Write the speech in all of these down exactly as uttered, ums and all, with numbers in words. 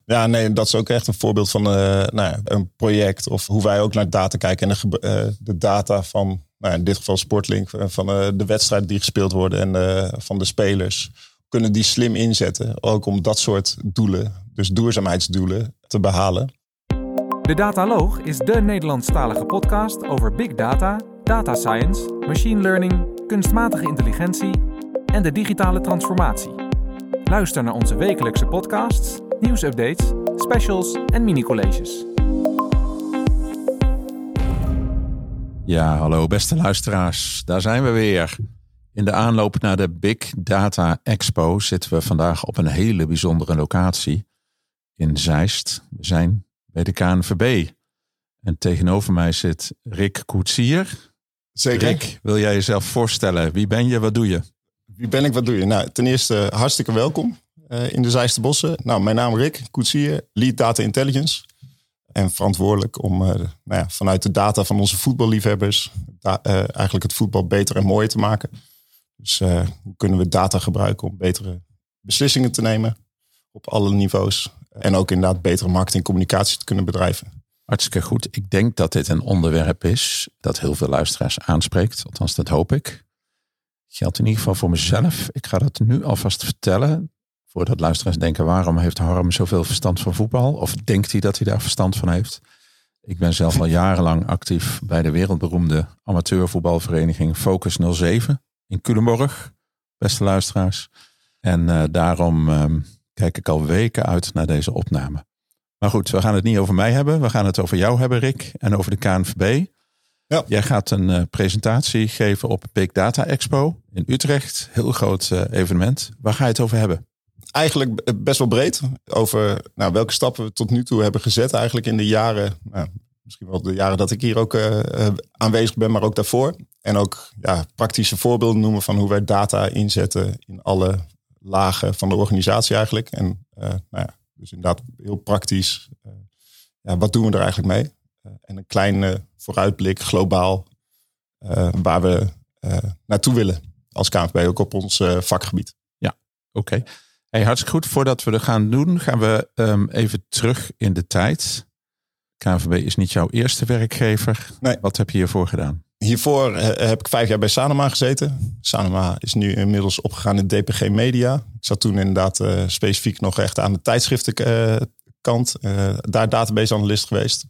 Ja, nee, dat is ook echt een voorbeeld van uh, nou ja, een project. Of hoe wij ook naar data kijken. En de, uh, de data van, nou ja, in dit geval Sportlink, van uh, de wedstrijden die gespeeld worden en uh, van de spelers. Kunnen die slim inzetten. Ook om dat soort doelen, dus duurzaamheidsdoelen, te behalen. De Dataloog is de Nederlandstalige podcast over big data, data science, machine learning, kunstmatige intelligentie en de digitale transformatie. Luister naar onze wekelijkse podcasts, nieuwsupdates, specials en mini-colleges. Ja, hallo beste luisteraars. Daar zijn we weer. In de aanloop naar de Big Data Expo zitten we vandaag op een hele bijzondere locatie in Zeist. We zijn bij de K N V B. En tegenover mij zit Rick Koetsier. Zeker. Rick, wil jij jezelf voorstellen? Wie ben je, wat doe je? Wie ben ik, wat doe je? Nou, ten eerste hartstikke welkom uh, in de Zeisterbossen. Nou, mijn naam is Rick Koetsier, Lead Data Intelligence. En verantwoordelijk om uh, nou ja, vanuit de data van onze voetballiefhebbers da- uh, eigenlijk het voetbal beter en mooier te maken. Dus uh, hoe kunnen we data gebruiken om betere beslissingen te nemen op alle niveaus. En ook inderdaad betere marketing en communicatie te kunnen bedrijven. Hartstikke goed. Ik denk dat dit een onderwerp is dat heel veel luisteraars aanspreekt. Althans, dat hoop ik. Geldt in ieder geval voor mezelf. Ik ga dat nu alvast vertellen. Voordat luisteraars denken, waarom heeft Harm zoveel verstand van voetbal? Of denkt hij dat hij daar verstand van heeft? Ik ben zelf al jarenlang actief bij de wereldberoemde amateurvoetbalvereniging Focus nul zeven in Culemborg. Beste luisteraars. En uh, daarom uh, kijk ik al weken uit naar deze opname. Maar goed, we gaan het niet over mij hebben. We gaan het over jou hebben, Rick. En over de K N V B. Ja. Jij gaat een uh, presentatie geven op Big Data Expo in Utrecht. Heel groot uh, evenement. Waar ga je het over hebben? Eigenlijk best wel breed. Over nou, welke stappen we tot nu toe hebben gezet. Eigenlijk in de jaren, nou, misschien wel de jaren dat ik hier ook uh, aanwezig ben, maar ook daarvoor. En ook ja, praktische voorbeelden noemen van hoe wij data inzetten in alle lagen van de organisatie eigenlijk. En uh, nou ja, dus inderdaad heel praktisch. Uh, ja, wat doen we er eigenlijk mee? Uh, en een kleine vooruitblik globaal uh, waar we uh, naartoe willen als K N V B, ook op ons uh, vakgebied. Ja, oké. Okay. Hey, hartstikke goed. Voordat we dat gaan doen, gaan we um, even terug in de tijd. K N V B is niet jouw eerste werkgever. Nee. Wat heb je hiervoor gedaan? Hiervoor uh, heb ik vijf jaar bij Sanoma gezeten. Sanoma is nu inmiddels opgegaan in D P G Media. Ik zat toen inderdaad uh, specifiek nog echt aan de tijdschriftenkant. Uh, daar database analyst geweest.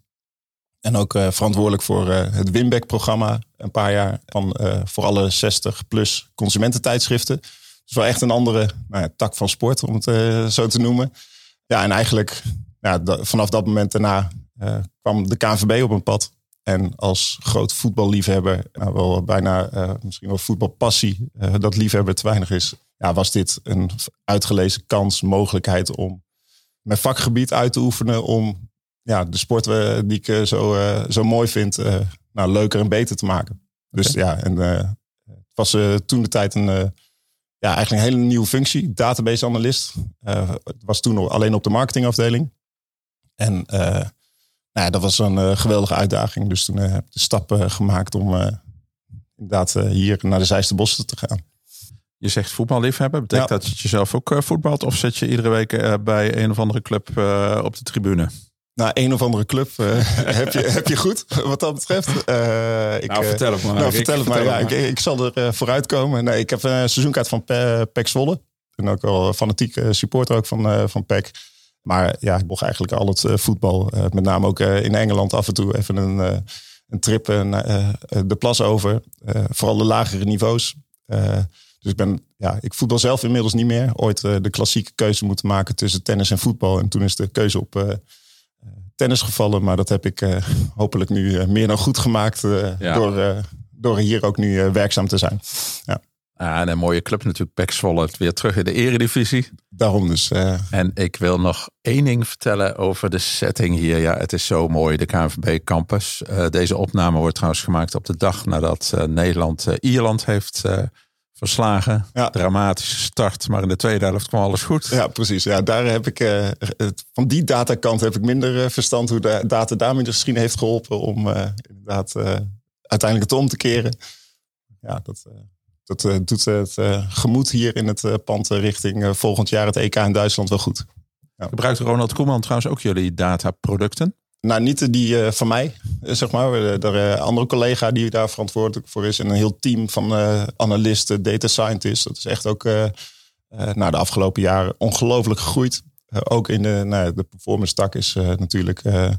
En ook uh, verantwoordelijk voor uh, het Winback-programma. Een paar jaar van uh, voor alle zestig plus consumententijdschriften. Dus wel echt een andere nou ja, tak van sport, om het uh, zo te noemen. Ja, en eigenlijk ja, da- vanaf dat moment daarna uh, kwam de K N V B op een pad. En als groot voetballiefhebber, nou wel bijna uh, misschien wel voetbalpassie, uh, dat liefhebber te weinig is. Ja, was dit een uitgelezen kans, mogelijkheid om mijn vakgebied uit te oefenen. Om ja, de sport uh, die ik uh, zo, uh, zo mooi vind, uh, nou, leuker en beter te maken. Dus okay. ja, en uh, het was uh, toen de tijd een... Uh, Ja, eigenlijk een hele nieuwe functie. Database analyst. Uh, het was toen nog alleen op de marketingafdeling. En uh, nou ja, dat was een uh, geweldige uitdaging. Dus toen uh, heb ik de stap uh, gemaakt om uh, inderdaad uh, hier naar de Zeisterbossen te gaan. Je zegt voetballiefhebber. Betekent ja. dat je zelf ook uh, voetbalt? Of zit je iedere week uh, bij een of andere club uh, op de tribune? Nou, een of andere club uh, heb, je, heb je goed, wat dat betreft. Uh, ik, nou, vertel het maar. Nou, vertel het maar. Vertel Ja, maar. Ik, ik zal er uh, vooruit komen. Nee, ik heb een seizoenkaart van P E C Zwolle. En ook wel fanatiek supporter ook van, uh, van P E C. Maar ja, ik mocht eigenlijk al het uh, voetbal. Uh, met name ook uh, in Engeland af en toe even een, uh, een trip uh, uh, de plas over. Uh, vooral de lagere niveaus. Uh, dus ik ben, ja, ik voetbal zelf inmiddels niet meer. Ooit uh, de klassieke keuze moeten maken tussen tennis en voetbal. En toen is de keuze op... Uh, tennis gevallen, maar dat heb ik uh, hopelijk nu uh, meer dan goed gemaakt uh, ja. door, uh, door hier ook nu uh, werkzaam te zijn. Ja. Ah, en een mooie club natuurlijk, P E C Zwolle, weer terug in de eredivisie. Daarom dus. Uh... En ik wil nog één ding vertellen over de setting hier. Ja, het is zo mooi, de K N V B campus. Uh, deze opname wordt trouwens gemaakt op de dag nadat uh, Nederland uh, Ierland heeft uh, verslagen. Ja. Dramatische start, maar in de tweede helft kwam alles goed. Ja, precies. Ja, daar heb ik uh, van die datakant heb ik minder uh, verstand hoe de data daarmee misschien heeft geholpen om uh, inderdaad uh, uiteindelijk het om te keren. Ja, dat, uh, dat uh, doet het uh, gemoed hier in het uh, pand uh, richting uh, volgend jaar het E K in Duitsland wel goed. Ja. Gebruikt Ronald Koeman trouwens ook jullie dataproducten? Nou, niet die uh, van mij, zeg maar. Er is een andere collega die daar verantwoordelijk voor is. En een heel team van uh, analisten, data scientists. Dat is echt ook uh, uh, nou, de afgelopen jaren ongelooflijk gegroeid. Uh, ook in de, nou, de performance tak is uh, natuurlijk uh,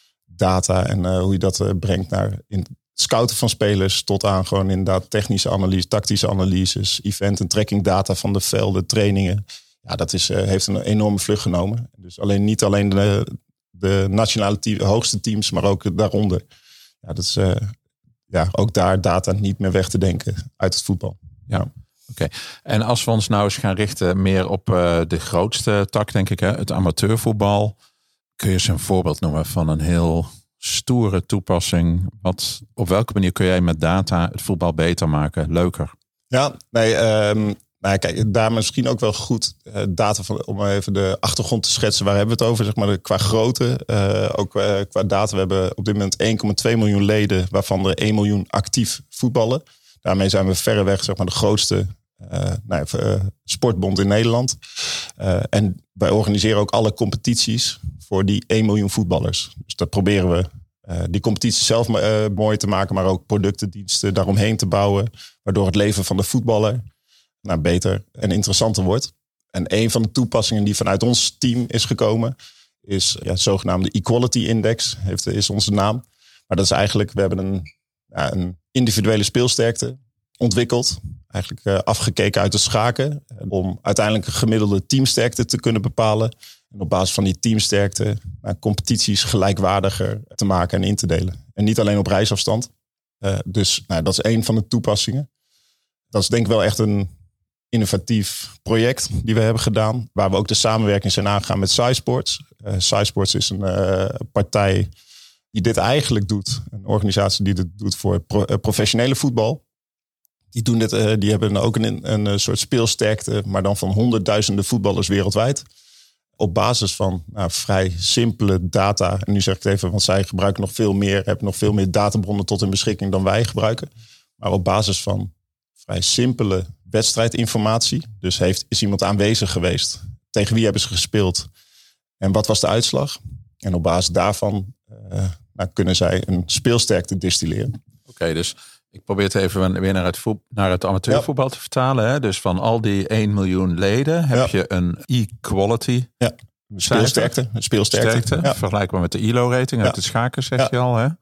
data. En uh, hoe je dat uh, brengt naar in het scouten van spelers. Tot aan gewoon inderdaad technische analyse, tactische analyses. Event en tracking data van de velden, trainingen. Ja, dat is, uh, heeft een enorme vlucht genomen. Dus alleen niet alleen de... de nationale team, hoogste teams, maar ook daaronder. Ja, dat is uh, ja, ook daar data niet meer weg te denken uit het voetbal. Ja, oké. Okay. En als we ons nou eens gaan richten meer op uh, de grootste tak, denk ik, hè, het amateurvoetbal. Kun je eens een voorbeeld noemen van een heel stoere toepassing? Wat, op welke manier kun jij met data het voetbal beter maken, leuker? Ja, nee... Um... Nou, kijk, daar misschien ook wel goed uh, data van, om even de achtergrond te schetsen. Waar hebben we het over? Zeg maar, qua grootte, uh, ook uh, qua data. We hebben op dit moment één komma twee miljoen leden, waarvan er één miljoen actief voetballen. Daarmee zijn we verreweg zeg maar, de grootste uh, nou, uh, sportbond in Nederland. Uh, en wij organiseren ook alle competities voor die één miljoen voetballers. Dus dat proberen we uh, die competitie zelf uh, mooi te maken, maar ook producten, diensten daaromheen te bouwen. Waardoor het leven van de voetballer nou, beter en interessanter wordt. En een van de toepassingen die vanuit ons team is gekomen, is ja, het zogenaamde Equality Index, heeft, is onze naam. Maar dat is eigenlijk, we hebben een, ja, een individuele speelsterkte ontwikkeld. Eigenlijk uh, afgekeken uit de schaken. Om uiteindelijk een gemiddelde teamsterkte te kunnen bepalen. En op basis van die teamsterkte nou, competities gelijkwaardiger te maken en in te delen. En niet alleen op reisafstand. Uh, dus nou, dat is één van de toepassingen. Dat is denk ik wel echt een innovatief project die we hebben gedaan. Waar we ook de samenwerking zijn aangegaan met SciSports. Uh, SciSports is een uh, partij die dit eigenlijk doet. Een organisatie die dit doet voor pro- uh, professionele voetbal. Die doen dit, uh, die hebben ook een, een, een soort speelsterkte, maar dan van honderdduizenden voetballers wereldwijd. Op basis van nou, vrij simpele data. En nu zeg ik het even, want zij gebruiken nog veel meer, hebben nog veel meer databronnen tot hun beschikking dan wij gebruiken. Maar op basis van vrij simpele wedstrijdinformatie. Dus heeft, is iemand aanwezig geweest? Tegen wie hebben ze gespeeld? En wat was de uitslag? En op basis daarvan uh, nou, kunnen zij een speelsterkte distilleren. Oké, okay, dus ik probeer het even weer naar het, voet, naar het amateurvoetbal ja. te vertalen. Hè? Dus van al die één miljoen leden heb ja. je een equality. Ja, een speelsterkte. Een speelsterkte. Sterkte, ja. Vergelijkbaar met de I L O-rating uit ja. de schaken, zeg ja. je al. Hè?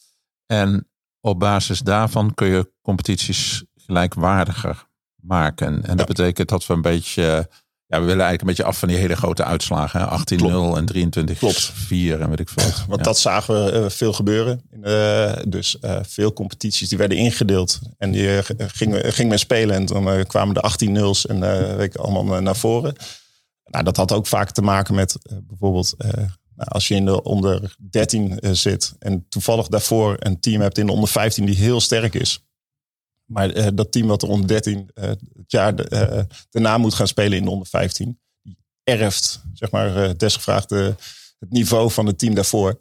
En op basis daarvan kun je competities gelijkwaardiger maken. En ja. dat betekent dat we een beetje... Ja, we willen eigenlijk een beetje af van die hele grote uitslagen. Hè? achttien nul en drieëntwintig vier en weet ik veel. Want ja. dat zagen we uh, veel gebeuren. Uh, dus uh, veel competities die werden ingedeeld. En die uh, ging, ging men spelen. En dan uh, kwamen de achttien nuls en uh, weet ik, allemaal uh, naar voren. Nou, dat had ook vaak te maken met uh, bijvoorbeeld... Uh, nou, als je in de onder dertien uh, zit... en toevallig daarvoor een team hebt in de onder vijftien die heel sterk is... Maar uh, dat team wat er onder dertien uh, het jaar de, uh, daarna moet gaan spelen in de onder vijftien... die erft, zeg maar, uh, desgevraagd de, het niveau van het team daarvoor.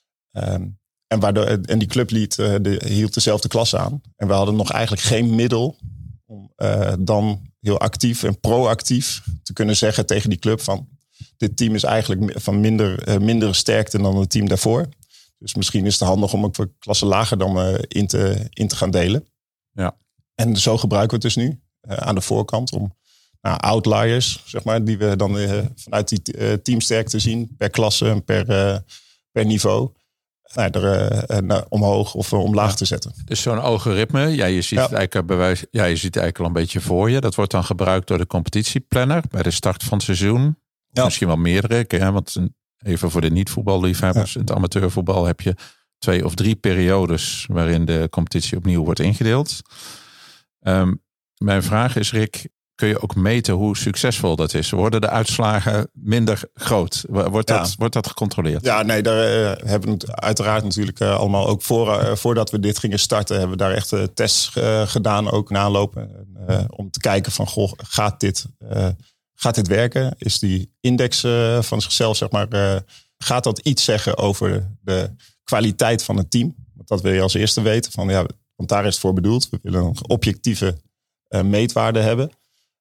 Um, en, waardoor, en die club liet, uh, de, hield dezelfde klasse aan. En we hadden nog eigenlijk geen middel om uh, dan heel actief en proactief te kunnen zeggen tegen die club van... dit team is eigenlijk van minder, uh, mindere sterkte dan het team daarvoor. Dus misschien is het handig om ook voor klasse lager dan uh, in, te, in te gaan delen. Ja. En zo gebruiken we het dus nu uh, aan de voorkant om nou, outliers, zeg maar, die we dan uh, vanuit die uh, teamsterkte zien per klasse en per, uh, per niveau, nou, er uh, uh, omhoog of uh, omlaag ja. te zetten. Dus zo'n algoritme, ja, je ziet ja. het eigenlijk bewijs, ja, je ziet het eigenlijk al een beetje voor je. Dat wordt dan gebruikt door de competitieplanner bij de start van het seizoen. Ja. Misschien wel meerdere, hè, want even voor de niet-voetballiefhebbers, ja. in het amateurvoetbal heb je twee of drie periodes waarin de competitie opnieuw wordt ingedeeld. Um, mijn vraag is, Rick, kun je ook meten hoe succesvol dat is? Worden de uitslagen minder groot? Wordt dat, ja. wordt dat gecontroleerd? Ja, nee, daar uh, hebben we uiteraard natuurlijk uh, allemaal ook voor, uh, voordat we dit gingen starten, hebben we daar echt uh, tests uh, gedaan, ook nalopen. Uh, om te kijken van, goh, gaat dit, uh, gaat dit werken? Is die index uh, van zichzelf, zeg maar, uh, gaat dat iets zeggen over de kwaliteit van het team? Want dat wil je als eerste weten. Van, ja, want daar is het voor bedoeld. We willen een objectieve uh, meetwaarde hebben.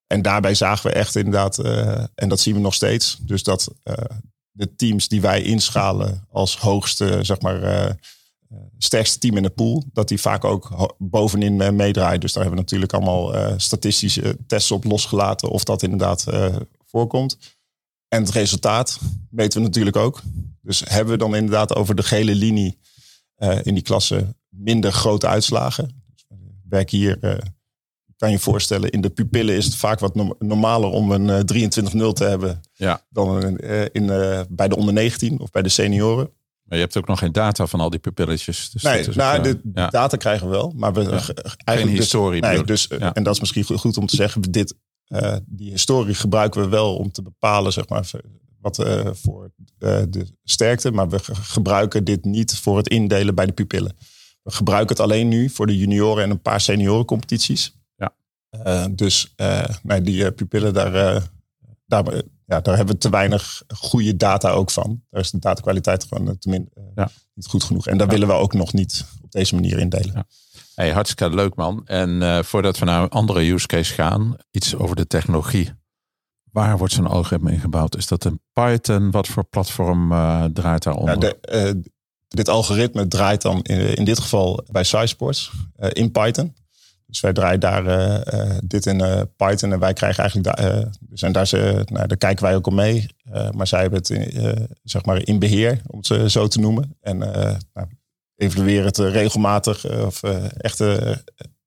en daarbij zagen we echt inderdaad, uh, en dat zien we nog steeds, dus dat uh, de teams die wij inschalen als hoogste, zeg maar, uh, sterkste team in de pool, dat die vaak ook ho- bovenin uh, meedraaien. Dus daar hebben we natuurlijk allemaal uh, statistische tests op losgelaten of dat inderdaad uh, voorkomt. En het resultaat meten we natuurlijk ook. Dus hebben we dan inderdaad over de gele linie uh, in die klasse minder grote uitslagen. Dus werk hier, uh, kan je voorstellen, in de pupillen is het vaak wat no- normaler om een uh, drieëntwintig nul te hebben Ja. dan een, uh, in, uh, bij de onder negentien of bij de senioren. Maar je hebt ook nog geen data van al die pupilletjes. Dus Nee, dat is nou, ook, de ja. data krijgen we wel. Maar we Ja. g- Geen eigenlijk historie. Dus, nee, bedoel- dus, ja. En dat is misschien goed om te zeggen. Dit, uh, die historie gebruiken we wel om te bepalen, zeg maar, wat uh, voor uh, de sterkte. Maar we g- gebruiken dit niet voor het indelen bij de pupillen. We gebruiken het alleen nu voor de junioren en een paar seniorencompetities. Ja. Uh, dus uh, nee, die uh, pupillen, daar, uh, daar, uh, ja, daar hebben we te weinig goede data ook van. Daar is de datakwaliteit gewoon uh, te min, uh, Ja. niet goed genoeg. En daar Ja. willen we ook nog niet op deze manier indelen. Ja. Hey, hartstikke leuk, man. En uh, voordat we naar een andere use case gaan, iets over de technologie. Waar wordt zo'n algoritme ingebouwd? Is dat een Python? Wat voor platform uh, draait daaronder? Ja, de, uh, dit algoritme draait dan in, in dit geval bij SciSports uh, in Python. Dus wij draaien daar uh, uh, dit in uh, Python en wij krijgen eigenlijk daar, uh, dus en daar, ze, nou, daar kijken wij ook al mee. Uh, maar zij hebben het in, uh, zeg maar in beheer, om het uh, zo te noemen. En uh, nou, evalueren het uh, regelmatig uh, of uh, echt uh, uh,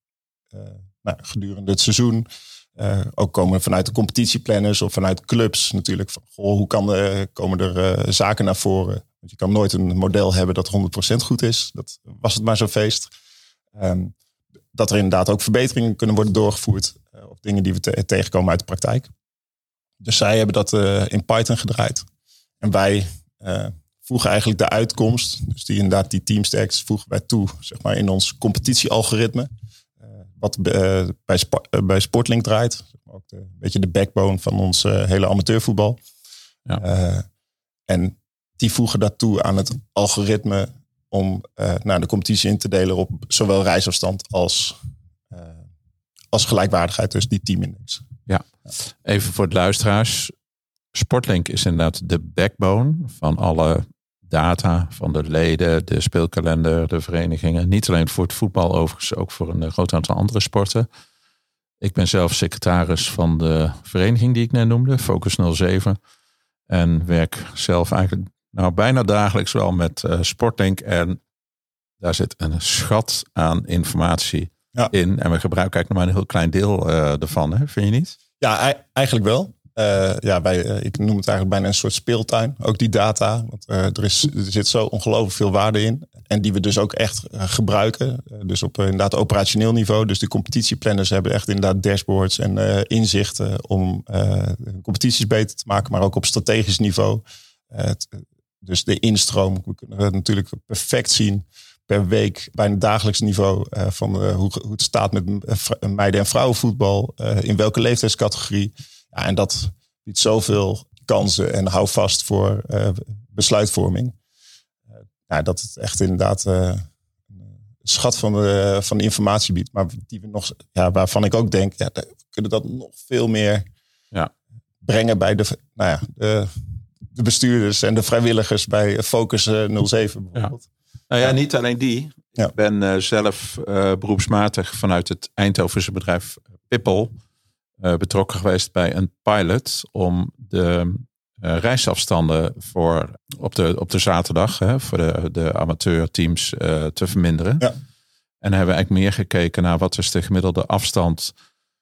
nou, gedurende het seizoen. Uh, ook komen vanuit de competitieplanners of vanuit clubs natuurlijk. Van, goh, hoe kan de, komen er uh, zaken naar voren? Want je kan nooit een model hebben dat honderd procent goed is. Dat was het maar zo'n feest. Um, dat er inderdaad ook verbeteringen kunnen worden doorgevoerd uh, op dingen die we te- tegenkomen uit de praktijk. Dus zij hebben dat uh, in Python gedraaid. En wij uh, voegen eigenlijk de uitkomst, dus die inderdaad die teamstacks voegen wij toe, zeg maar, in ons competitiealgoritme. Uh, wat uh, bij, Sp- uh, bij Sportlink draait. Zeg maar ook de, een beetje de backbone van ons uh, hele amateurvoetbal. Ja. Uh, en die voegen dat toe aan het algoritme om uh, nou, de competitie in te delen op zowel reisafstand als, uh, als gelijkwaardigheid, dus die teamindex. Ja, even voor de luisteraars. Sportlink is inderdaad de backbone van alle data van de leden, de speelkalender, de verenigingen. Niet alleen voor het voetbal overigens, ook voor een groot aantal andere sporten. Ik ben zelf secretaris van de vereniging die ik net noemde, Focus nul zeven. En werk zelf eigenlijk nou bijna dagelijks wel met uh, Sportlink. En daar zit een schat aan informatie ja. in. En we gebruiken eigenlijk nog maar een heel klein deel uh, ervan, hè? Vind je niet? Ja, eigenlijk wel. Uh, ja, wij, uh, ik noem het eigenlijk bijna een soort speeltuin. Ook die data. Want uh, er, is, er zit zo ongelooflijk veel waarde in. En die we dus ook echt uh, gebruiken. Uh, dus op uh, inderdaad operationeel niveau. Dus de competitieplanners hebben echt inderdaad dashboards en uh, inzichten om uh, competities beter te maken. Maar ook op strategisch niveau. Uh, t, dus de instroom. We kunnen het natuurlijk perfect zien per week, bijna dagelijks niveau, uh, van uh, hoe, hoe het staat met uh, meiden- en vrouwenvoetbal. Uh, in welke leeftijdscategorie. Ja, en dat biedt zoveel kansen en hou vast voor uh, besluitvorming. Uh, ja, dat het echt inderdaad uh, een schat van de, van de informatie biedt. Maar die we nog, ja, waarvan ik ook denk, ja, we kunnen dat nog veel meer ja. brengen bij de, nou ja, de, de bestuurders en de vrijwilligers bij Focus nul zeven bijvoorbeeld. Ja. Nou ja, niet alleen die. Ja. Ik ben uh, zelf uh, beroepsmatig vanuit het Eindhovense bedrijf Pippel uh, betrokken geweest bij een pilot om de uh, reisafstanden voor op de, op de zaterdag hè, voor de, de amateurteams uh, te verminderen. Ja. En dan hebben we eigenlijk meer gekeken naar wat is de gemiddelde afstand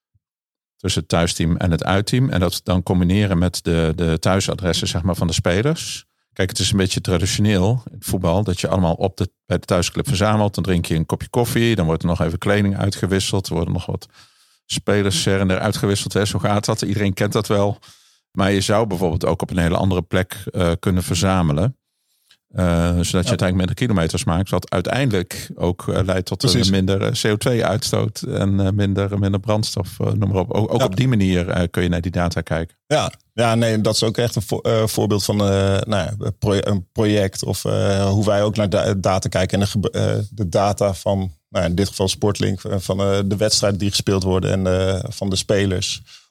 tussen het thuisteam en het uitteam. En dat dan combineren met de, de thuisadressen zeg maar, van de spelers. Kijk, het is een beetje traditioneel in het voetbal dat je allemaal op de, bij de thuisclub verzamelt. Dan drink je een kopje koffie, dan wordt er nog even kleding uitgewisseld. Er worden nog wat spelers her en der uitgewisseld. Hè. Zo gaat dat, iedereen kent dat wel. Maar je zou bijvoorbeeld ook op een hele andere plek uh, kunnen verzamelen. Uh, zodat je ja. uiteindelijk minder kilometers maakt. Wat uiteindelijk ook uh, leidt tot Precies. een minder C O twee uitstoot. En uh, minder, minder brandstof, uh, noem maar op. Ook, ook ja. op die manier uh, kun je naar die data kijken. Ja, ja nee, dat is ook echt een vo- uh, voorbeeld van uh, nou ja, pro- een project. Of uh, hoe wij ook naar da- data kijken. En de, uh, de data van, nou, in dit geval Sportlink. Van uh, de wedstrijden die gespeeld worden. En uh, van de spelers.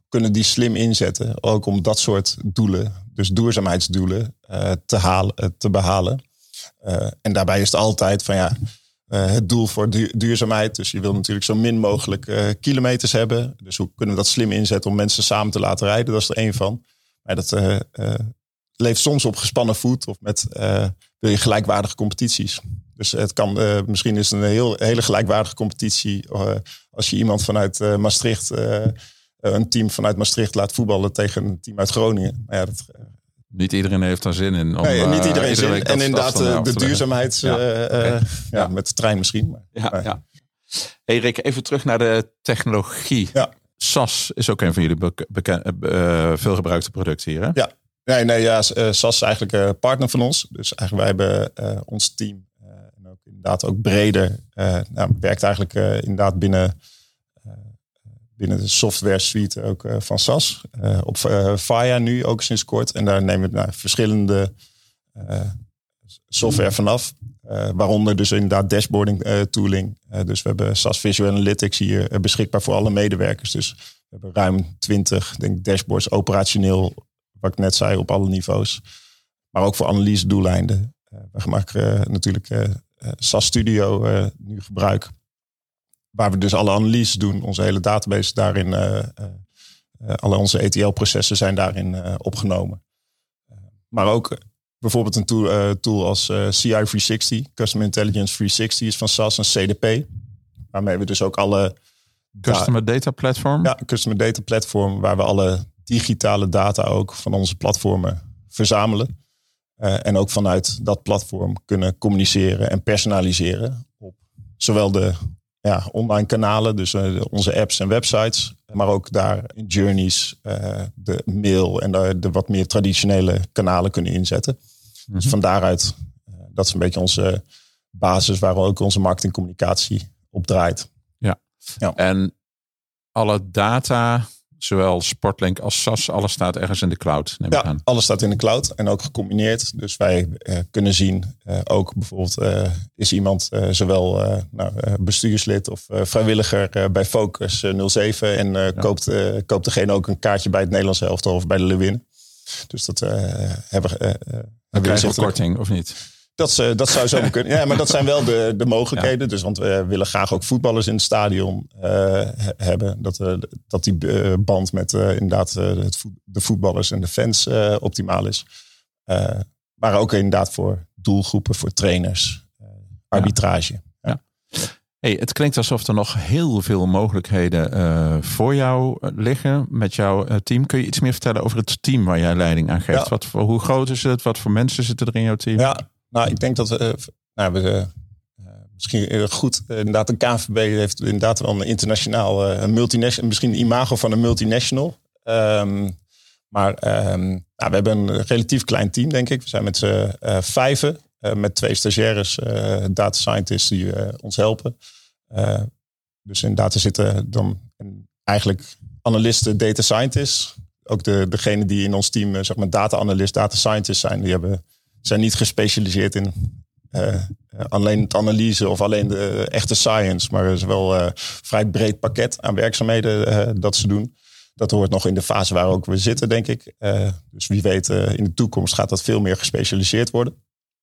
kunnen die slim inzetten. Ook om dat soort doelen, dus duurzaamheidsdoelen, uh, te, halen, uh, te behalen. Uh, en daarbij is het altijd van ja, uh, het doel voor du- duurzaamheid. Dus je wil natuurlijk zo min mogelijk uh, kilometers hebben. Dus hoe kunnen we dat slim inzetten om mensen samen te laten rijden? Dat is er één van. Maar dat uh, uh, leeft soms op gespannen voet of met uh, wil je gelijkwaardige competities. Dus het kan, uh, misschien is het een heel, hele gelijkwaardige competitie uh, als je iemand vanuit uh, Maastricht, uh, een team vanuit Maastricht laat voetballen tegen een team uit Groningen. Maar ja, dat, uh, niet iedereen heeft daar zin in. Om, nee, niet iedereen uh, zin. En inderdaad uh, de duurzaamheid ja. Uh, Okay. ja, ja. met de trein misschien. Maar, ja, maar. ja. Hey Rick, even terug naar de technologie. Ja. S A S is ook een van jullie beke- beke- uh, veelgebruikte producten hier, hè? Ja, nee, nee ja, S A S is eigenlijk een partner van ons. Dus eigenlijk wij hebben uh, ons team uh, en ook inderdaad ook breder. Uh, nou, werkt eigenlijk uh, inderdaad binnen, uh, binnen de software suite ook uh, van S A S. Uh, op uh, Faya nu ook sinds kort. En daar nemen we nou, verschillende uh, software vanaf. Uh, waaronder dus inderdaad dashboarding uh, tooling. Uh, dus we hebben S A S Visual Analytics hier uh, beschikbaar voor alle medewerkers. Dus we hebben ruim twintig denk, dashboards operationeel, wat ik net zei, op alle niveaus. Maar ook voor analyse doeleinden. Uh, we maken uh, natuurlijk uh, S A S Studio uh, nu gebruik. Waar we dus alle analyses doen. Onze hele database daarin. Uh, uh, uh, alle onze E T L-processen zijn daarin uh, opgenomen. Uh, maar ook bijvoorbeeld een tool, uh, tool als uh, C I driehonderdzestig. Customer Intelligence driehonderdzestig is van S A S, een C D P. Waarmee we dus ook alle... Customer da- Data Platform? Ja, Customer Data Platform. Waar we alle digitale data ook van onze platformen verzamelen. Uh, en ook vanuit dat platform kunnen communiceren en personaliseren. Op zowel de ja, online kanalen, dus uh, onze apps en websites. Maar ook daar in journeys uh, de mail en de, de wat meer traditionele kanalen kunnen inzetten. Mm-hmm. Dus van daaruit, uh, dat is een beetje onze basis waar ook onze marketingcommunicatie op draait. Ja, ja. En alle data, zowel Sportlink als S A S, alles staat ergens in de cloud, neem ik ja, aan. Alles staat in de cloud en ook gecombineerd. Dus wij uh, kunnen zien, uh, ook bijvoorbeeld uh, is iemand uh, zowel uh, nou, uh, bestuurslid of uh, vrijwilliger uh, bij Focus uh, nul zeven en uh, ja. koopt, uh, koopt degene ook een kaartje bij het Nederlands elftal of bij de Leeuwinnen. Dus dat uh, hebben we. Uh, Dan krijg je korting of niet? Dat, uh, dat zou zo kunnen. Ja, maar dat zijn wel de, de mogelijkheden. Ja. Dus, want we willen graag ook voetballers in het stadion uh, he- hebben. Dat, uh, dat die uh, band met uh, inderdaad uh, het vo- de voetballers en de fans uh, optimaal is. Uh, maar ook inderdaad voor doelgroepen, voor trainers, uh, arbitrage. Ja. Ja. Hey, het klinkt alsof er nog heel veel mogelijkheden uh, voor jou liggen met jouw uh, team. Kun je iets meer vertellen over het team waar jij leiding aan geeft? Ja. Wat voor, hoe groot is het? Wat voor mensen zitten er in jouw team? Ja. Nou, ik denk dat we, uh, nou, we uh, misschien goed, uh, inderdaad, de K N V B heeft inderdaad wel een internationaal, uh, een multinational, misschien een imago van een multinational. Um, maar um, nou, we hebben een relatief klein team, denk ik. We zijn met z'n uh, vijven, uh, met twee stagiaires, uh, data scientists die uh, ons helpen. Uh, dus inderdaad, er zitten dan eigenlijk analisten, data scientists. Ook de, degene die in ons team, uh, zeg maar, data analyst, data scientists zijn, die hebben... zijn niet gespecialiseerd in uh, alleen het analyse of alleen de echte science. Maar er is wel een uh, vrij breed pakket aan werkzaamheden uh, dat ze doen. Dat hoort nog in de fase waar ook we zitten, denk ik. Uh, dus wie weet, uh, in de toekomst gaat dat veel meer gespecialiseerd worden.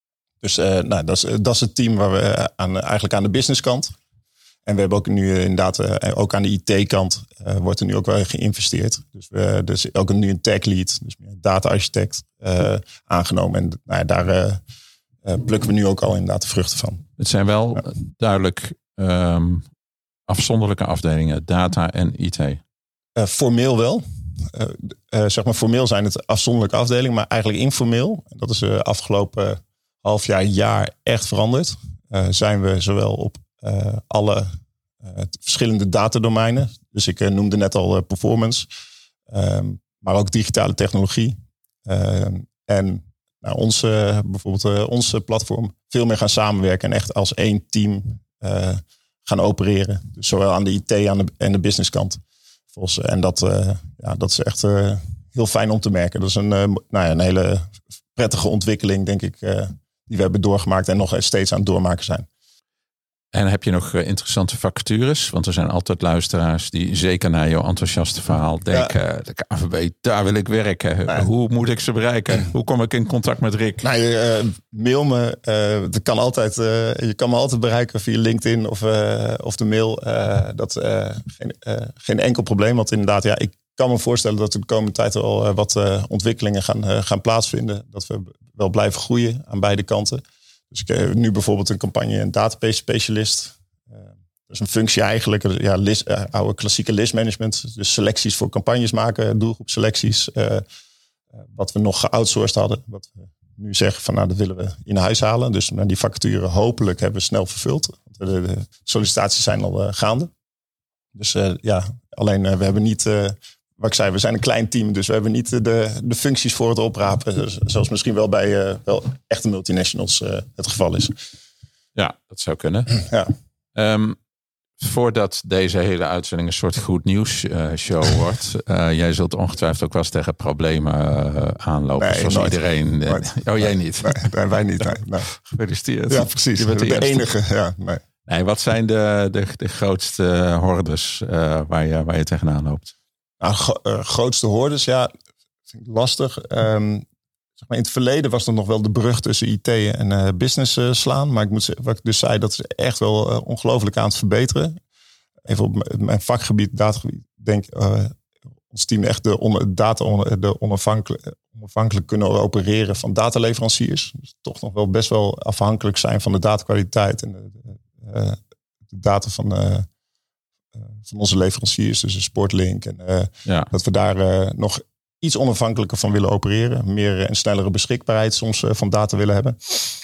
Dus uh, nou, dat, is, dat is het team waar we aan, eigenlijk aan de businesskant. En we hebben ook nu uh, inderdaad, uh, ook aan de I T-kant uh, wordt er nu ook wel geïnvesteerd. Dus we hebben dus ook nu een tech lead, dus een data-architect uh, aangenomen. En nou, daar uh, uh, plukken we nu ook al inderdaad de vruchten van. Het zijn wel ja. duidelijk um, afzonderlijke afdelingen, data en I T. Uh, formeel wel. Uh, uh, zeg maar formeel zijn het afzonderlijke afdelingen, maar eigenlijk informeel. Dat is de uh, afgelopen half jaar, jaar echt veranderd. Uh, zijn we zowel op Uh, alle uh, verschillende datadomeinen. Dus ik uh, noemde net al uh, performance. Um, maar ook digitale technologie. Uh, en nou, onze, bijvoorbeeld uh, onze platform veel meer gaan samenwerken. En echt als één team uh, gaan opereren. Dus zowel aan de I T aan de, en de businesskant. Volgens, en dat, uh, ja, dat is echt uh, heel fijn om te merken. Dat is een, uh, nou ja, een hele prettige ontwikkeling, denk ik. Uh, die we hebben doorgemaakt en nog steeds aan het doormaken zijn. En heb je nog uh, interessante vacatures? Want er zijn altijd luisteraars die zeker naar jouw enthousiaste verhaal denken. Ja. De K N V B, daar wil ik werken. Ja. Hoe moet ik ze bereiken? Hoe kom ik in contact met Rick? Nou, uh, mail me. Uh, dat kan altijd, uh, je kan me altijd bereiken via LinkedIn of, uh, of de mail. Uh, dat uh, geen, uh, geen enkel probleem. Want inderdaad, ja, ik kan me voorstellen dat er de komende tijd al uh, wat uh, ontwikkelingen gaan, uh, gaan plaatsvinden. Dat we wel blijven groeien aan beide kanten. Dus ik heb nu bijvoorbeeld een campagne, een database specialist. Uh, dat is een functie eigenlijk, ja, list, uh, oude klassieke listmanagement. Dus selecties voor campagnes maken, doelgroepselecties. Uh, uh, wat we nog geoutsourced hadden. Wat we nu zeggen van nou, dat willen we in huis halen. Dus uh, die vacature hopelijk hebben we snel vervuld. Want de, de sollicitaties zijn al uh, gaande. Dus uh, ja, alleen uh, we hebben niet... Uh, Wat ik zei, we zijn een klein team, dus we hebben niet de, de functies voor het oprapen. Zoals misschien wel bij uh, wel echte multinationals uh, het geval is. Ja, dat zou kunnen. Ja. Um, voordat deze hele uitzending een soort goed nieuws uh, show wordt. Uh, jij zult ongetwijfeld ook wel eens tegen problemen uh, aanlopen. Nee, zoals nooit. iedereen. Nooit. Oh, jij niet? Nee, nee, wij niet. Nee, nee. Gefeliciteerd. Ja, precies. Je bent de, de eerste. enige. Ja, nee. Nee, wat zijn de, de, de grootste hordes uh, waar, je, waar je tegenaan loopt? Nou, gro- uh, grootste hordes, ja, vind ik lastig. Um, zeg maar in het verleden was er nog wel de brug tussen I T en uh, business uh, slaan. Maar ik moet zeggen, wat ik dus zei, dat is echt wel uh, ongelooflijk aan het verbeteren. Even op m- mijn vakgebied, datagebied, denk uh, ons team echt de, on- data on- de onafhankelijk, onafhankelijk kunnen opereren van dataleveranciers. Dus toch nog wel best wel afhankelijk zijn van de datakwaliteit en de, de, uh, de data van... Uh, van onze leveranciers, dus een Sportlink. En uh, ja. dat we daar uh, nog iets onafhankelijker van willen opereren. Meer en snellere beschikbaarheid soms uh, van data willen hebben.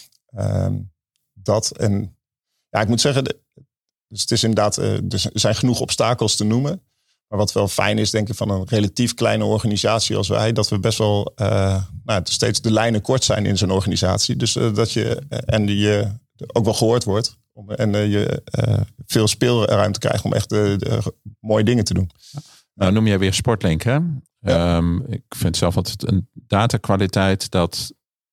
Um, dat en ja, ik moet zeggen, de, dus het is inderdaad, uh, er zijn genoeg obstakels te noemen. Maar wat wel fijn is, denk ik, van een relatief kleine organisatie als wij, dat we best wel uh, nou, steeds de lijnen kort zijn in zo'n organisatie. Dus uh, dat je uh, en die uh, ook wel gehoord wordt. Om, en uh, je uh, veel speelruimte krijgt om echt uh, de, mooie dingen te doen. Nou, noem jij weer Sportlink, hè? Ja. Um, ik vind zelf altijd een datakwaliteit dat...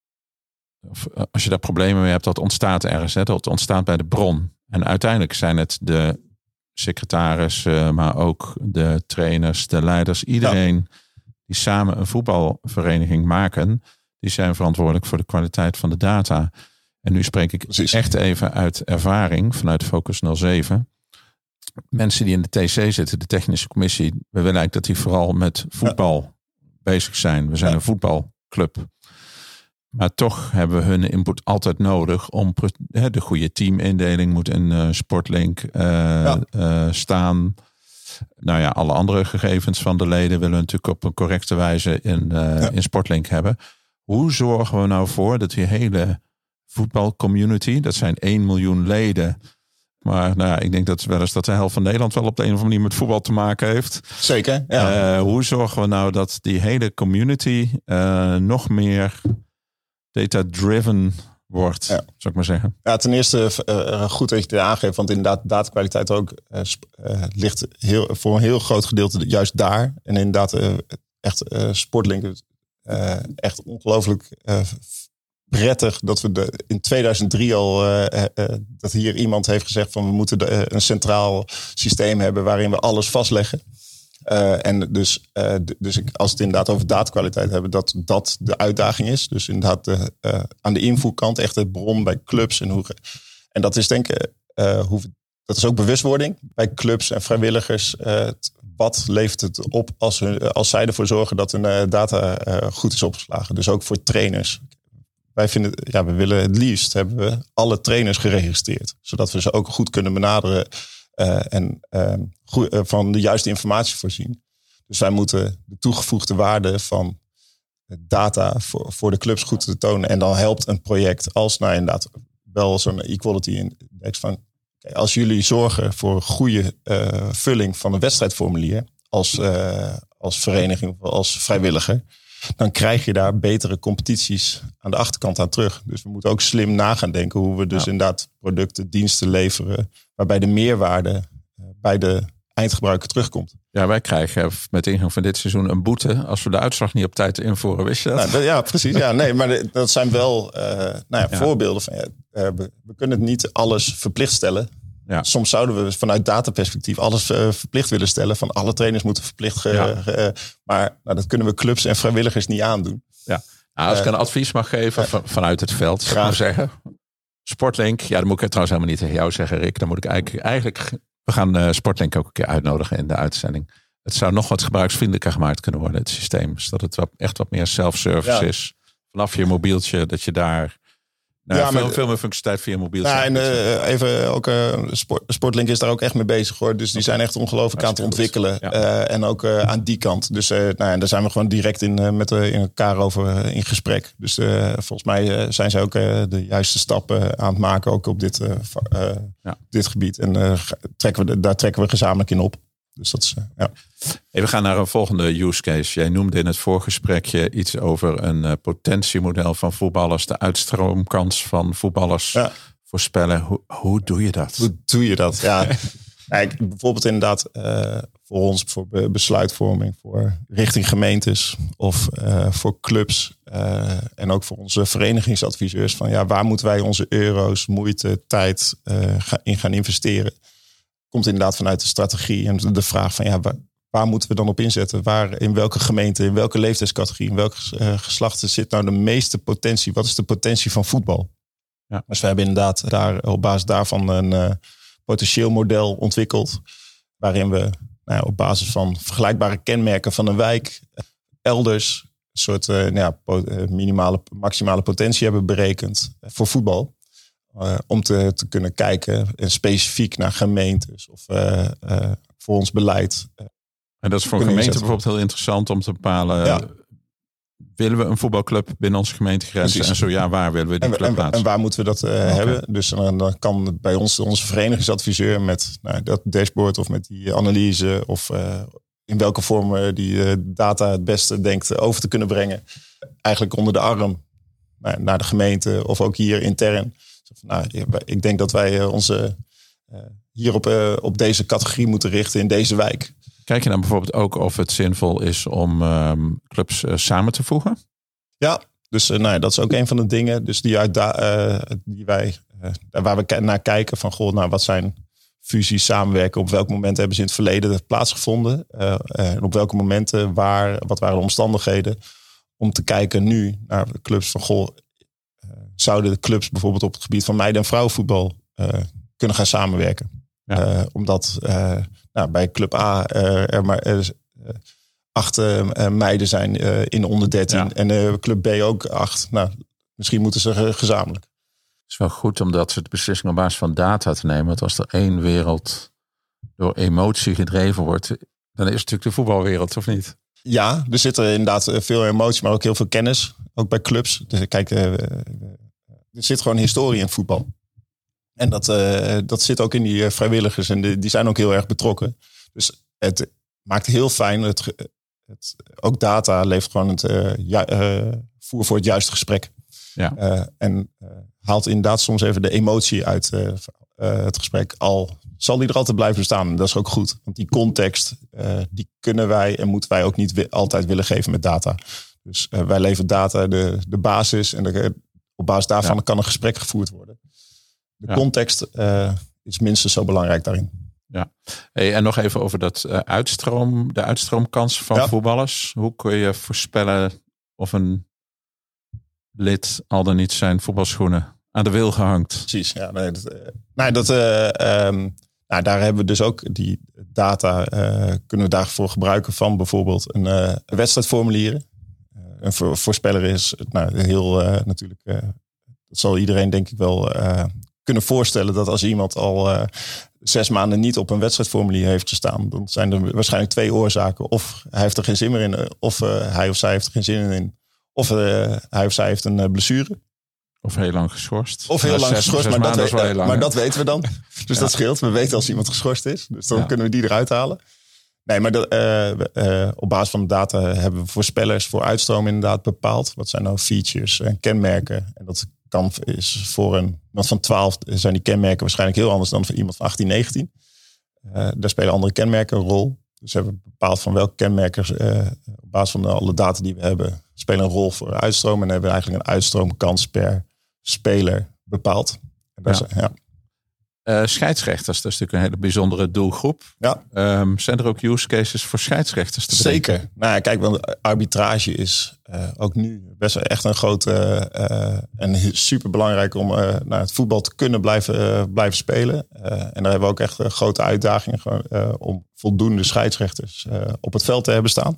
Of, als je daar problemen mee hebt, dat ontstaat ergens. Hè? Dat ontstaat bij de bron. En uiteindelijk zijn het de secretaris, uh, maar ook de trainers, de leiders. Iedereen ja. die samen een voetbalvereniging maken, die zijn verantwoordelijk voor de kwaliteit van de data. En nu spreek ik Precies. echt even uit ervaring vanuit Focus nul zeven. Mensen die in de T C zitten, de technische commissie, we willen eigenlijk dat die vooral met voetbal ja. bezig zijn. We zijn ja. een voetbalclub. Maar toch hebben we hun input altijd nodig om de goede teamindeling moet in uh, Sportlink uh, ja. uh, staan. Nou ja, alle andere gegevens van de leden willen we natuurlijk op een correcte wijze in, uh, ja. in Sportlink hebben. Hoe zorgen we nou voor dat die hele voetbalcommunity, dat zijn één miljoen leden. Maar nou ja, ik denk dat wel eens dat de helft van Nederland wel op de een of andere manier met voetbal te maken heeft. Zeker, ja. Uh, hoe zorgen we nou dat die hele community uh, nog meer data-driven wordt, ja. zou ik maar zeggen? Ja, ten eerste uh, goed dat je het aangeeft, want inderdaad datakwaliteit ook uh, uh, ligt heel, voor een heel groot gedeelte juist daar. En inderdaad uh, echt uh, Sportlink, uh, echt ongelooflijk uh, prettig dat we de, in tweeduizend drie al uh, uh, dat hier iemand heeft gezegd van we moeten de, uh, een centraal systeem hebben waarin we alles vastleggen. Uh, en dus, uh, d- dus ik, als we het inderdaad over datakwaliteit hebben, dat dat de uitdaging is. Dus inderdaad de, uh, aan de invoerkant echt de bron bij clubs. En, hoe, en dat is denk ik, uh, hoe, dat is ook bewustwording bij clubs en vrijwilligers. Uh, t, wat levert het op als, hun, als zij ervoor zorgen dat hun uh, data uh, goed is opgeslagen. Dus ook voor trainers. Wij vinden, ja, we willen het liefst hebben we alle trainers geregistreerd. Zodat we ze ook goed kunnen benaderen. Uh, en uh, goed, uh, van de juiste informatie voorzien. Dus wij moeten de toegevoegde waarde van data voor, voor de clubs goed te tonen. En dan helpt een project als nou inderdaad wel zo'n equality index van okay, als jullie zorgen voor een goede uh, vulling van een wedstrijdformulier als, uh, als vereniging of als vrijwilliger, dan krijg je daar betere competities aan de achterkant aan terug. Dus we moeten ook slim na gaan denken hoe we dus ja. inderdaad producten, diensten leveren, waarbij de meerwaarde bij de eindgebruiker terugkomt. Ja, wij krijgen met ingang van dit seizoen een boete als we de uitslag niet op tijd invoeren. Wist je dat? Nou, ja, precies. Ja, nee, maar dat zijn wel uh, nou ja, ja. voorbeelden van ja, uh, we, we kunnen het niet alles verplicht stellen. Ja. Soms zouden we vanuit dataperspectief alles uh, verplicht willen stellen. Van alle trainers moeten verplicht. Uh, ja. uh, maar nou, dat kunnen we clubs en vrijwilligers niet aandoen. Ja. Nou, als uh, ik een advies mag geven uh, van, vanuit het veld. Zou ik maar zeggen. Sportlink. Ja, dan moet ik het trouwens helemaal niet tegen jou zeggen, Rick. Dan moet ik eigenlijk... eigenlijk we gaan uh, Sportlink ook een keer uitnodigen in de uitzending. Het zou nog wat gebruiksvriendelijker gemaakt kunnen worden, het systeem. Zodat het wat, echt wat meer self-service ja. is. Vanaf je mobieltje, dat je daar... Nou, ja, veel, maar, veel meer functionaliteit via mobieltje. Ja, en uh, even ook uh, Sport, Sportlink is daar ook echt mee bezig, hoor. Dus die zijn echt ongelooflijk aan het ontwikkelen. Ja. Uh, en ook uh, aan die kant. Dus uh, nou ja, daar zijn we gewoon direct in, uh, met uh, in elkaar over uh, in gesprek. Dus uh, volgens mij uh, zijn zij ook uh, de juiste stappen aan het maken, ook op dit, uh, uh, ja. dit gebied. En uh, trekken we, daar trekken we gezamenlijk in op. Dus dat is, uh, ja. Hey, we gaan naar een volgende use case. Jij noemde in het voorgesprekje iets over een uh, potentiemodel van voetballers. De uitstroomkans van voetballers ja. voorspellen. Hoe, hoe doe je dat? Hoe doe je dat? Ja, Kijk, bijvoorbeeld inderdaad uh, voor ons, voor besluitvorming, voor richting gemeentes of uh, voor clubs. Uh, en ook voor onze verenigingsadviseurs. Van ja, waar moeten wij onze euro's, moeite, tijd uh, in gaan investeren? Komt inderdaad vanuit de strategie en de vraag van ja, waar, waar moeten we dan op inzetten? Waar, in welke gemeente, in welke leeftijdscategorie, in welke uh, geslachten zit nou de meeste potentie? Wat is de potentie van voetbal? Ja. Dus we hebben inderdaad daar op basis daarvan een uh, potentieel model ontwikkeld. Waarin we nou ja, op basis van vergelijkbare kenmerken van een wijk elders een soort uh, nou ja, po- uh, minimale, maximale potentie hebben berekend voor voetbal. Uh, om te, te kunnen kijken uh, specifiek naar gemeentes of uh, uh, voor ons beleid. Uh, en dat is voor een gemeente bijvoorbeeld heel interessant om te bepalen. Ja. Willen we een voetbalclub binnen onze gemeentegrenzen? Precies. En zo ja, waar willen we die en, club en, plaatsen? En waar moeten we dat uh, okay. hebben? Dus dan, dan kan bij ons onze verenigingsadviseur met nou, dat dashboard of met die analyse of uh, in welke vorm uh, die uh, data het beste denkt over te kunnen brengen. Eigenlijk onder de arm nou, naar de gemeente of ook hier intern. Nou, ik denk dat wij onze uh, hier op, uh, op deze categorie moeten richten in deze wijk. Kijk je dan bijvoorbeeld ook of het zinvol is om um, clubs uh, samen te voegen? Ja, dus uh, nou ja, dat is ook een van de dingen dus die, uit da- uh, die wij, uh, waar we k- naar kijken van goh, nou, wat zijn fusies, samenwerken, op welk moment hebben ze in het verleden plaatsgevonden? Uh, uh, en op welke momenten, waar, wat waren de omstandigheden? Om te kijken nu naar de clubs van goh, zouden de clubs bijvoorbeeld op het gebied van meiden- en vrouwenvoetbal uh, kunnen gaan samenwerken. Ja. Uh, omdat uh, nou, bij Club A uh, er maar uh, acht uh, meiden zijn uh, in de onder dertien. Ja. En uh, Club B ook acht. Nou, misschien moeten ze uh, gezamenlijk. Het is wel goed om dat soort beslissingen op basis van data te nemen. Want als er één wereld door emotie gedreven wordt, dan is het natuurlijk de voetbalwereld, of niet? Ja, er zit er inderdaad veel emotie, maar ook heel veel kennis. Ook bij clubs. Dus kijk, uh, er zit gewoon historie in het voetbal. En dat, uh, dat zit ook in die uh, vrijwilligers. En die, die zijn ook heel erg betrokken. Dus het maakt heel fijn. Het, het, ook data levert gewoon het uh, ju- uh, voer voor het juiste gesprek. Ja. Uh, en uh, haalt inderdaad soms even de emotie uit uh, uh, het gesprek. Al zal die er altijd blijven bestaan. En dat is ook goed. Want die context, uh, die kunnen wij en moeten wij ook niet wi- altijd willen geven met data. Dus uh, wij leveren data de, de basis. En de, op basis daarvan ja. kan een gesprek gevoerd worden. De ja. context uh, is minstens zo belangrijk daarin. Ja. Hey, en nog even over dat uh, uitstroom, de uitstroomkans van ja. voetballers. Hoe kun je voorspellen of een lid al dan niet zijn voetbalschoenen aan de wil gehangt? Precies, ja. Nee, dat, uh, nee, dat, uh, um, nou, daar hebben we dus ook die data uh, kunnen we daarvoor gebruiken van bijvoorbeeld een uh, wedstrijdformulieren. Uh, een voor, voorspeller is nou, heel uh, natuurlijk, uh, dat zal iedereen denk ik wel uh, kunnen voorstellen dat als iemand al uh, zes maanden niet op een wedstrijdformulier heeft gestaan, dan zijn er waarschijnlijk twee oorzaken. Of hij heeft er geen zin meer in, of uh, hij of zij heeft er geen zin in. Of uh, hij of zij heeft een uh, blessure. Of heel lang geschorst. Of heel ja, lang zes, geschorst, zes maar, dat, weet, weet, lang, maar dat weten we dan. Dus ja. dat scheelt. We weten als iemand geschorst is. Dus dan ja. kunnen we die eruit halen. Nee, maar dat, uh, uh, op basis van de data hebben we voorspellers voor uitstroom inderdaad bepaald. Wat zijn nou features en kenmerken? En dat kan is voor een iemand van twaalf zijn die kenmerken waarschijnlijk heel anders dan voor iemand van achttien, negentien. Uh, daar spelen andere kenmerken een rol. Dus we hebben bepaald van welke kenmerken uh, op basis van de, alle data die we hebben spelen een rol voor uitstroom. En dan hebben we eigenlijk een uitstroomkans per speler bepaald. En dat ja. Is, ja. Uh, scheidsrechters, dat is natuurlijk een hele bijzondere doelgroep. Ja. Um, zijn er ook use cases voor scheidsrechters te bedenken? Zeker. Nou ja, kijk, want arbitrage is uh, ook nu best wel echt een grote uh, en super belangrijk om uh, naar het voetbal te kunnen blijven, uh, blijven spelen. Uh, en daar hebben we ook echt een grote uitdaging uh, om voldoende scheidsrechters uh, op het veld te hebben staan.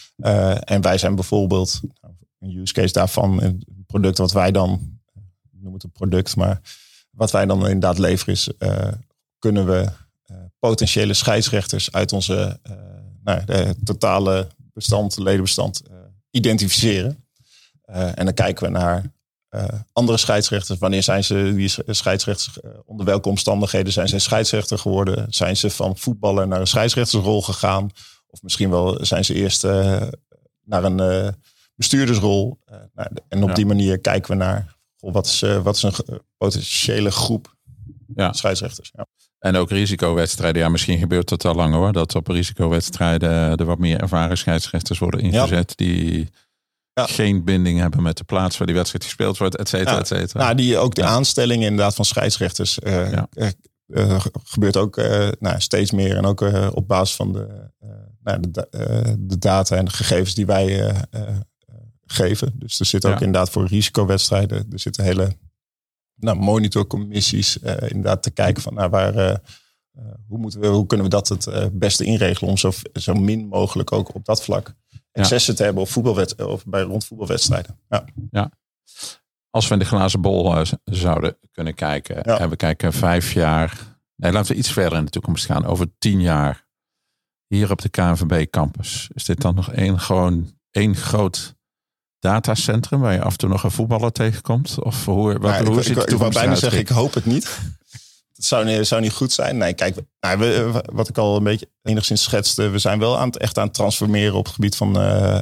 Uh, en wij zijn bijvoorbeeld een use case daarvan, een product wat wij dan, ik noem het een product, maar wat wij dan inderdaad leveren is, uh, kunnen we uh, potentiële scheidsrechters uit onze uh, nou, de totale bestand, ledenbestand uh, identificeren. Uh, en dan kijken we naar uh, andere scheidsrechters. Wanneer zijn ze die scheidsrechters? Uh, onder welke omstandigheden zijn ze scheidsrechter geworden? Zijn ze van voetballer naar een scheidsrechtersrol gegaan? Of misschien wel zijn ze eerst uh, naar een uh, bestuurdersrol. Uh, nou, en op ja. die manier kijken we naar wat is, uh, wat is een potentiële groep ja. scheidsrechters. Ja. En ook risicowedstrijden. Ja, misschien gebeurt dat al lang hoor. Dat op risicowedstrijden er wat meer ervaren scheidsrechters worden ingezet. Ja. Die ja. geen binding hebben met de plaats waar die wedstrijd gespeeld wordt, et cetera, ja. et cetera. Nou, die, ook de ja. aanstelling inderdaad van scheidsrechters uh, ja. uh, uh, gebeurt ook uh, nou, steeds meer. En ook uh, op basis van de, uh, nou, de, uh, de data en de gegevens die wij uh, uh, geven. Dus er zit ook ja. inderdaad voor risicowedstrijden. Er zitten hele nou, monitorcommissies uh, inderdaad te kijken van nou, waar, uh, uh, hoe, moeten we, hoe kunnen we dat het uh, beste inregelen om zo, zo min mogelijk ook op dat vlak excessen ja. te hebben op voetbalwed, of bij rond voetbalwedstrijden. Ja. ja. Als we in de glazen bol uh, zouden kunnen kijken ja. en we kijken vijf jaar, nee, laten we iets verder in de toekomst gaan, over tien jaar hier op de K N V B campus. Is dit dan nog één gewoon één groot datacentrum waar je af en toe nog een voetballer tegenkomt? Of hoe, wat, nou, hoe ik, ziet ik, het ik wou bijna zeggen, uit? ik hoop het niet. Het zou niet, zou niet goed zijn. Nee, kijk, nou, we, wat ik al een beetje enigszins schetste, we zijn wel aan het, echt aan het transformeren op het gebied van, uh,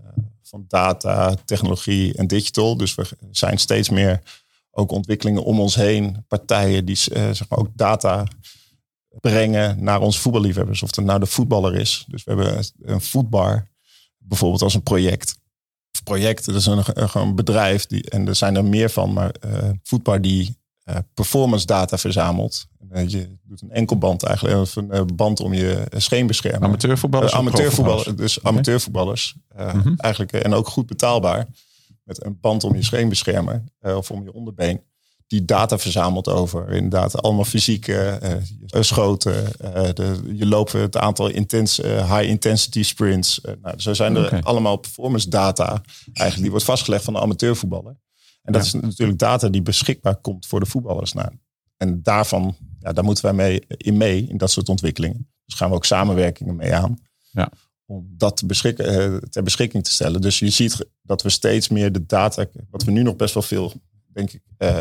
van data, technologie en digital. Dus we zijn steeds meer ook ontwikkelingen om ons heen, partijen die uh, zeg maar ook data brengen naar onze voetballiefhebbers. Of het nou de voetballer is. Dus we hebben een voetbar bijvoorbeeld als een project. Project, dat is een, een, een bedrijf, die, en er zijn er meer van, maar uh, voetbar die uh, performance data verzamelt. Uh, je doet een enkelband eigenlijk, of een uh, band om je scheenbeschermer. Amateurvoetballers? Uh, amateurvoetballers, dus okay. amateurvoetballers. Uh, mm-hmm. Eigenlijk, uh, en ook goed betaalbaar. Met een band om je scheenbeschermer, uh, of om je onderbeen. Die data verzamelt over inderdaad allemaal fysieke uh, schoten. Uh, de, je loopt het aantal intense, uh, high intensity sprints. Uh, nou, zo zijn er okay. allemaal performance data. Eigenlijk die wordt vastgelegd van de amateurvoetballer. En dat ja. is natuurlijk data die beschikbaar komt voor de voetballers. Nou, en daarvan, ja, daar moeten wij mee in mee in dat soort ontwikkelingen. Dus gaan we ook samenwerkingen mee aan. Ja. Om dat te beschik, uh, ter beschikking te stellen. Dus je ziet dat we steeds meer de data, wat we nu nog best wel veel, denk ik, Uh,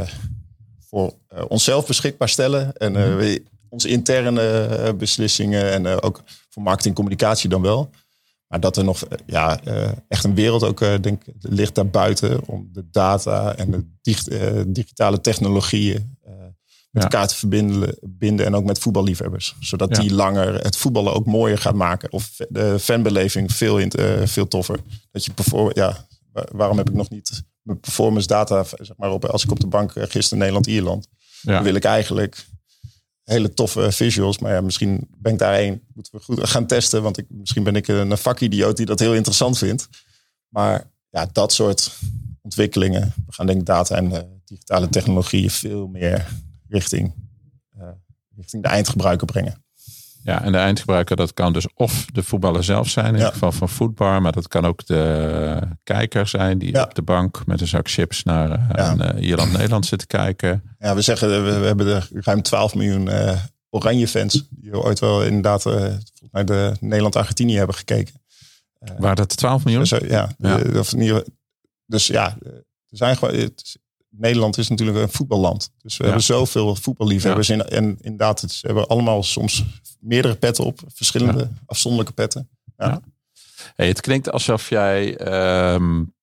voor uh, onszelf beschikbaar stellen. En uh, we, onze interne uh, beslissingen. En uh, ook voor marketing en communicatie dan wel. Maar dat er nog uh, ja, uh, echt een wereld ook uh, denk, ligt daarbuiten. Om de data en de dig- uh, digitale technologieën uh, met ja. elkaar te verbinden, binden. En ook met voetballiefhebbers. Zodat ja. die langer het voetballen ook mooier gaat maken. Of de fanbeleving veel, in, uh, veel toffer. Dat je perform- ja, waarom heb ik nog niet mijn performance data, zeg maar, op, als ik op de bank gisteren Nederland-Ierland, ja. dan wil ik eigenlijk hele toffe visuals. Maar ja, misschien ben ik daar één. Moeten we goed gaan testen, want ik, misschien ben ik een vakidioot die dat heel interessant vindt. Maar ja, dat soort ontwikkelingen. We gaan denk ik data en uh, digitale technologieën veel meer richting, uh, richting de eindgebruiker brengen. Ja, en de eindgebruiker, dat kan dus of de voetballer zelf zijn, in ja. het geval van voetbar, maar dat kan ook de kijker zijn die ja. op de bank met een zak chips naar uh, ja. uh, Ierland-Nederland zit te kijken. Ja, we zeggen, we, we hebben er ruim twaalf miljoen uh, oranje fans die ooit wel inderdaad uh, naar de Nederland-Argentinië hebben gekeken. Uh, Waar dat twaalf miljoen? Dus, uh, ja, ja. Uh, of niet, dus ja, er zijn gewoon. Het, Nederland is natuurlijk een voetballand. Dus we ja. hebben zoveel voetballiefhebbers. Ja. En, en inderdaad, het, ze hebben allemaal soms meerdere petten op. Verschillende ja. afzonderlijke petten. Ja. Ja. Hey, het klinkt alsof jij um,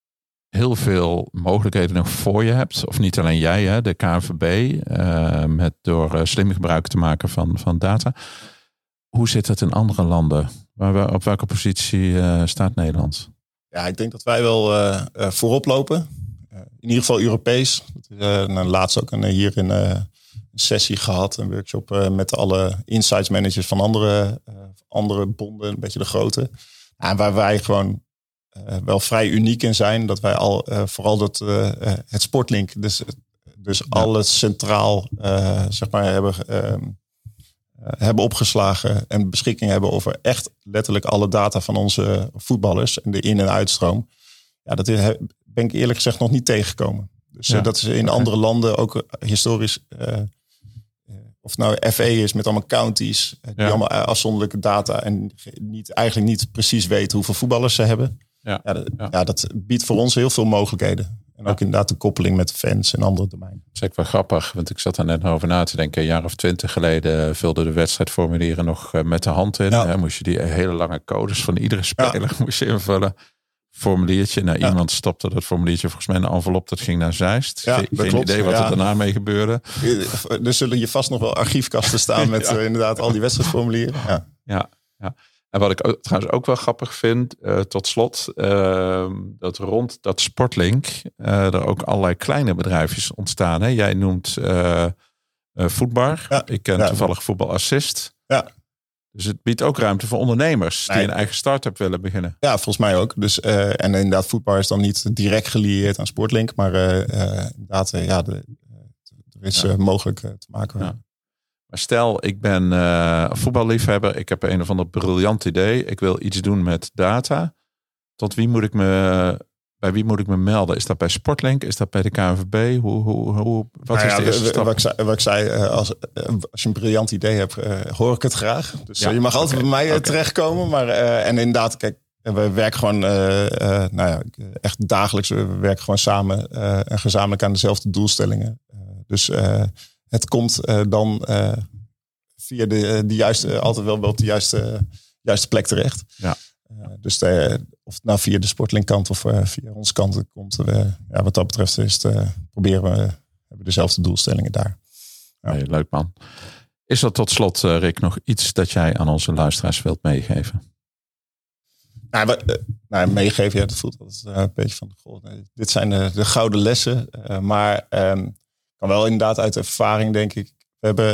heel veel mogelijkheden nog voor je hebt. Of niet alleen jij, hè, de K N V B. Uh, met door uh, slim gebruik te maken van, van data. Hoe zit het in andere landen? Waar, op welke positie uh, staat Nederland? Ja, ik denk dat wij wel uh, uh, voorop lopen. In ieder geval Europees. Uh, nou, laatst ook een, hier in uh, sessie gehad, een workshop uh, met alle insights managers van andere, uh, andere bonden, een beetje de grote. En waar wij gewoon uh, wel vrij uniek in zijn, dat wij al uh, vooral dat, uh, uh, het sportlink, dus, dus ja. alles centraal uh, zeg maar hebben, uh, uh, hebben opgeslagen en beschikking hebben over echt letterlijk alle data van onze voetballers en de in- en uitstroom. Ja, dat is, ben ik eerlijk gezegd nog niet tegengekomen. Dus ja, uh, dat is in okay. andere landen ook historisch, uh, uh, of het nou F A is met allemaal counties, uh, die ja. allemaal afzonderlijke data en niet, eigenlijk niet precies weten hoeveel voetballers ze hebben. Ja. Ja, dat, ja. ja, dat biedt voor ons heel veel mogelijkheden. En ook ja. inderdaad de koppeling met fans en andere domeinen. Dat is ook wel grappig, want ik zat er net over na te denken. Een jaar of twintig geleden vulde de wedstrijdformulieren nog met de hand in. Ja. Hè, moest je die hele lange codes van iedere speler ja. moest je invullen. Formuliertje. Nou, ja. iemand stopte dat formuliertje volgens mij in een envelop. Dat ging naar Zeist. Ja, Ge- geen klopt. idee wat ja. er daarna mee gebeurde. Er zullen hier vast nog wel archiefkasten staan met ja. uh, inderdaad al die wedstrijdformulieren. Ja, ja. ja. En wat ik ook, trouwens ook wel grappig vind, uh, tot slot, uh, dat rond dat Sportlink uh, er ook allerlei kleine bedrijfjes ontstaan. Hè? Jij noemt uh, uh, Voetbar. Ja. Ik ken ja. toevallig Voetbal Assist. Ja. Dus het biedt ook ruimte voor ondernemers nee. die een eigen start-up willen beginnen. Ja, volgens mij ook. Dus, uh, en inderdaad, Voetbar is dan niet direct gelieerd aan Sportlink. Maar uh, uh, inderdaad, uh, ja, de, uh, er is uh, mogelijk uh, te maken. Ja. Maar stel, ik ben uh, voetballiefhebber. Ik heb een of ander briljant idee. Ik wil iets doen met data. Tot wie moet ik me... Bij wie moet ik me melden? Is dat bij Sportlink? Is dat bij de K N V B? Hoe, hoe, hoe, wat nou is ja, de eerste stap? Wat ik zei, wat ik zei als, als je een briljant idee hebt, uh, hoor ik het graag. Dus ja, je mag altijd okay, bij mij okay. terechtkomen. Maar, uh, en inderdaad, kijk, we werken gewoon uh, uh, nou ja, echt dagelijks. We werken gewoon samen uh, en gezamenlijk aan dezelfde doelstellingen. Uh, dus uh, het komt uh, dan uh, via de, de juiste, altijd wel op de juiste, juiste plek terecht. Ja. Uh, dus de, of het nou via de Sportlink kant of uh, via onze kant komt. Uh, ja, wat dat betreft is het, uh, proberen we, hebben dezelfde doelstellingen daar. Ja. Hey, leuk man. Is er tot slot, uh, Rick, nog iets dat jij aan onze luisteraars wilt meegeven? Nou, we, uh, nou meegeven, ja, dat voelt altijd uh, een beetje van, goh, nee, dit zijn de, de gouden lessen. Uh, maar um, kan wel inderdaad uit ervaring, denk ik. We hebben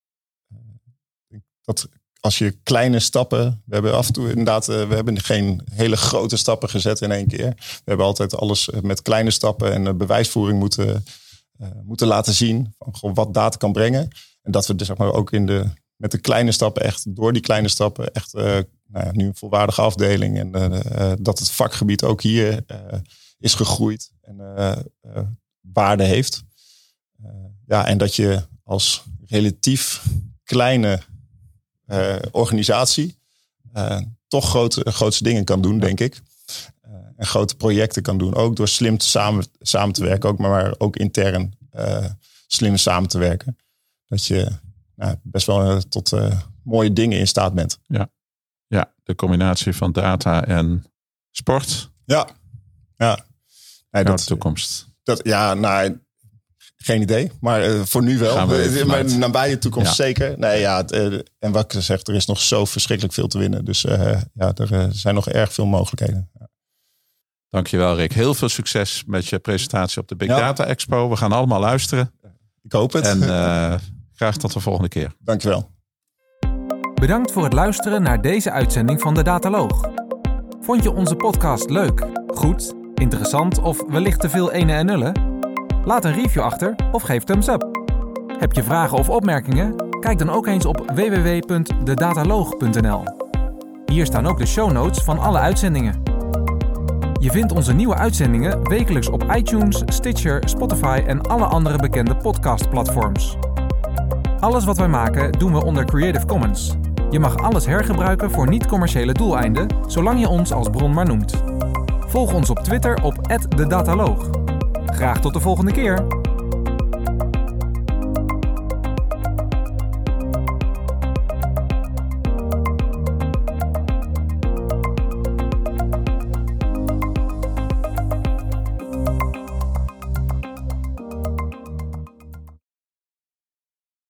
uh, dat... Als je kleine stappen, we hebben af en toe inderdaad, we hebben geen hele grote stappen gezet in één keer. We hebben altijd alles met kleine stappen en bewijsvoering moeten, uh, moeten laten zien van gewoon wat data kan brengen. En dat we dus zeg maar ook in de, met de kleine stappen echt, door die kleine stappen echt, uh, nou ja, nu een volwaardige afdeling. En uh, uh, dat het vakgebied ook hier uh, is gegroeid en uh, uh, waarde heeft. Uh, ja, en dat je als relatief kleine Uh, organisatie uh, toch grote, grootste dingen kan doen, denk ik. Uh, en grote projecten kan doen. Ook door slim te samen, samen te werken. Ook, maar ook intern uh, slim samen te werken. Dat je nou, best wel uh, tot uh, mooie dingen in staat bent. Ja. ja, de combinatie van data en sport. Ja. ja. Nee, dat, de toekomst. Dat, ja, nou... Geen idee, maar uh, voor nu wel. Maar nabij de toekomst ja. zeker. Nee, ja, uh, en wat ik zeg, er is nog zo verschrikkelijk veel te winnen. Dus uh, ja, er uh, zijn nog erg veel mogelijkheden. Ja. Dankjewel, Rick. Heel veel succes met je presentatie op de Big ja. Data Expo. We gaan allemaal luisteren. Ik hoop het. En uh, graag tot de volgende keer. Dankjewel. Bedankt voor het luisteren naar deze uitzending van de Dataloog. Vond je onze podcast leuk, goed, interessant of wellicht te veel ene en nullen? Laat een review achter of geef thumbs up. Heb je vragen of opmerkingen? Kijk dan ook eens op w w w punt de dataloog punt n l. Hier staan ook de show notes van alle uitzendingen. Je vindt onze nieuwe uitzendingen wekelijks op iTunes, Stitcher, Spotify en alle andere bekende podcastplatforms. Alles wat wij maken doen we onder Creative Commons. Je mag alles hergebruiken voor niet-commerciële doeleinden, zolang je ons als bron maar noemt. Volg ons op Twitter op at de dataloog. Graag tot de volgende keer!